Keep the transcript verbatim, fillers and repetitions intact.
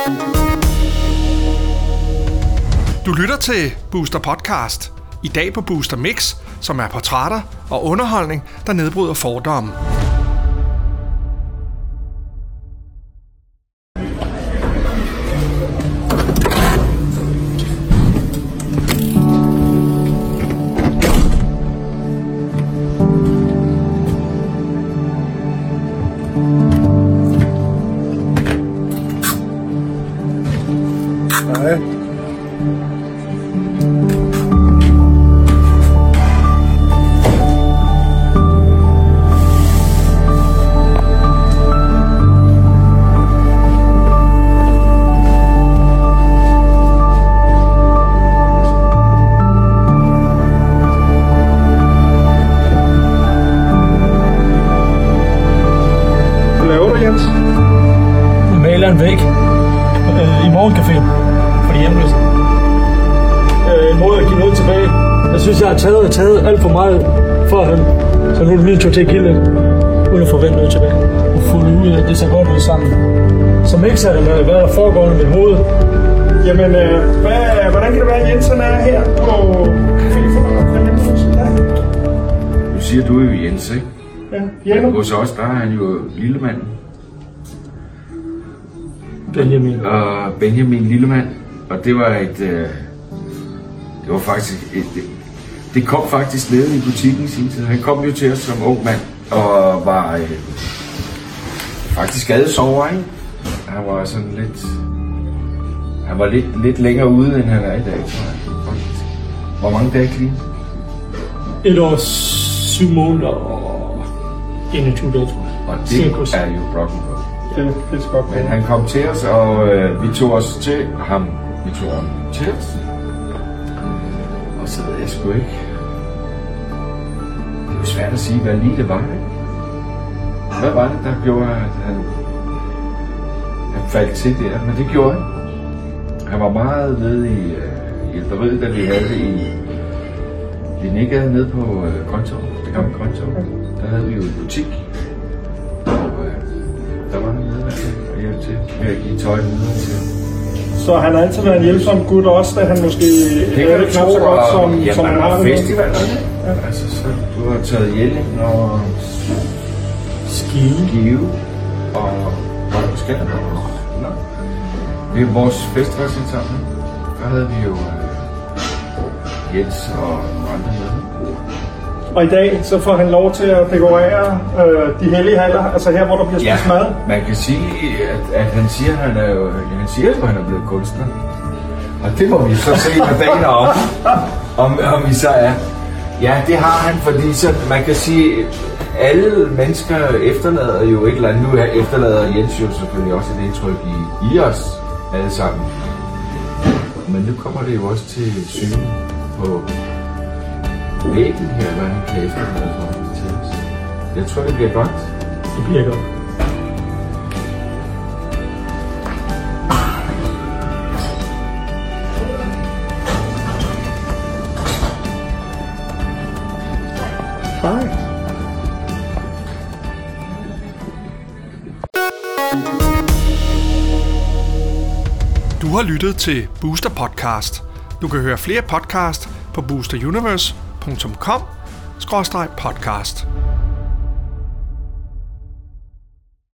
Du lytter til Booster Podcast. I dag på Booster Mix, som er portrætter og underholdning, der nedbryder fordomme. Nej. Hvad laver du, Jens? Jeg maler en væg øh, i morgencaféen for de hjemløse. Øh, en måde at give noget tilbage. Jeg synes, jeg har taget og taget alt for meget for ham, så nu er det nødt til at give lidt, uden at forvente noget tilbage. Og få det ud af, det ser godt ud sammen. Som ikke sætter med, hvad der foregår i mit hoved. Jamen, øh, hvad, hvordan kan det være, at Jensen er her på Café for Hjemløse? Ja. Du siger, du er jo Jens, ikke? Ja, Jens. Hos os, der er han jo Lillemanden. Benjamin. Og Benjamin Lillemand. Og det var et... Øh, det var faktisk et... Det, det kom faktisk nede i butikken i sin tid. Han kom jo til os som ung mand og var øh, faktisk skadesover, ikke? Han var sådan lidt... Han var lidt, lidt længere ude, end han er i dag, tror jeg. Faktisk. Hvor mange dage clean? Et år, syv måneder og enogtyve dage, tror jeg. Og det Cirkus. er jo rock'n'roll. Det, det skal godt Men han kom til os, og øh, vi tog os til ham. Vi tog ham til os. Og så ved jeg sgu ikke. Det er jo svært at sige, hvad lige det var, ikke? Hvad var det, der gjorde, at han, han faldt til der? Men det gjorde han. Han var meget nede i øh, hjælperiet, da vi havde det i Linnégade nede på øh, Grøntorv. Det gamle Grøntorv. Der havde vi jo en butik. Der var han nede og hjælpe til med at give tøj videre til. Så han har altid været en hjælpsom gut, også da han måske Det kan du knap så tro, godt, og som, jamen, som han har det nu. festivalerne. Ja. Altså, så du har taget Jelling og Skive. Skive og og Skanderborg. Nå. Det er vores festivalsindsamling. Der havde vi jo uh, Jens og andre med. Og i dag, så får han lov til at dekorere øh, de hellige haller, altså her, hvor der bliver spist Ja, mad. man kan sige, at, at han siger, at han er jo, han siger, at han er blevet kunstner. Og det må vi så se med dagen om, om, om vi så er. Ja, det har han, fordi så, man kan sige, alle mennesker efterlader jo et eller andet. Nu efterlader Jens jo selvfølgelig også et indtryk i, i os alle sammen. Men nu kommer det jo også til syne på væggen her, hvad han kan efterlade for til os. Jeg tror, det bliver godt. Det bliver godt. Hej. Du har lyttet til Booster Podcast. Du kan høre flere podcast på booster universe punktum com skråstreg podcast.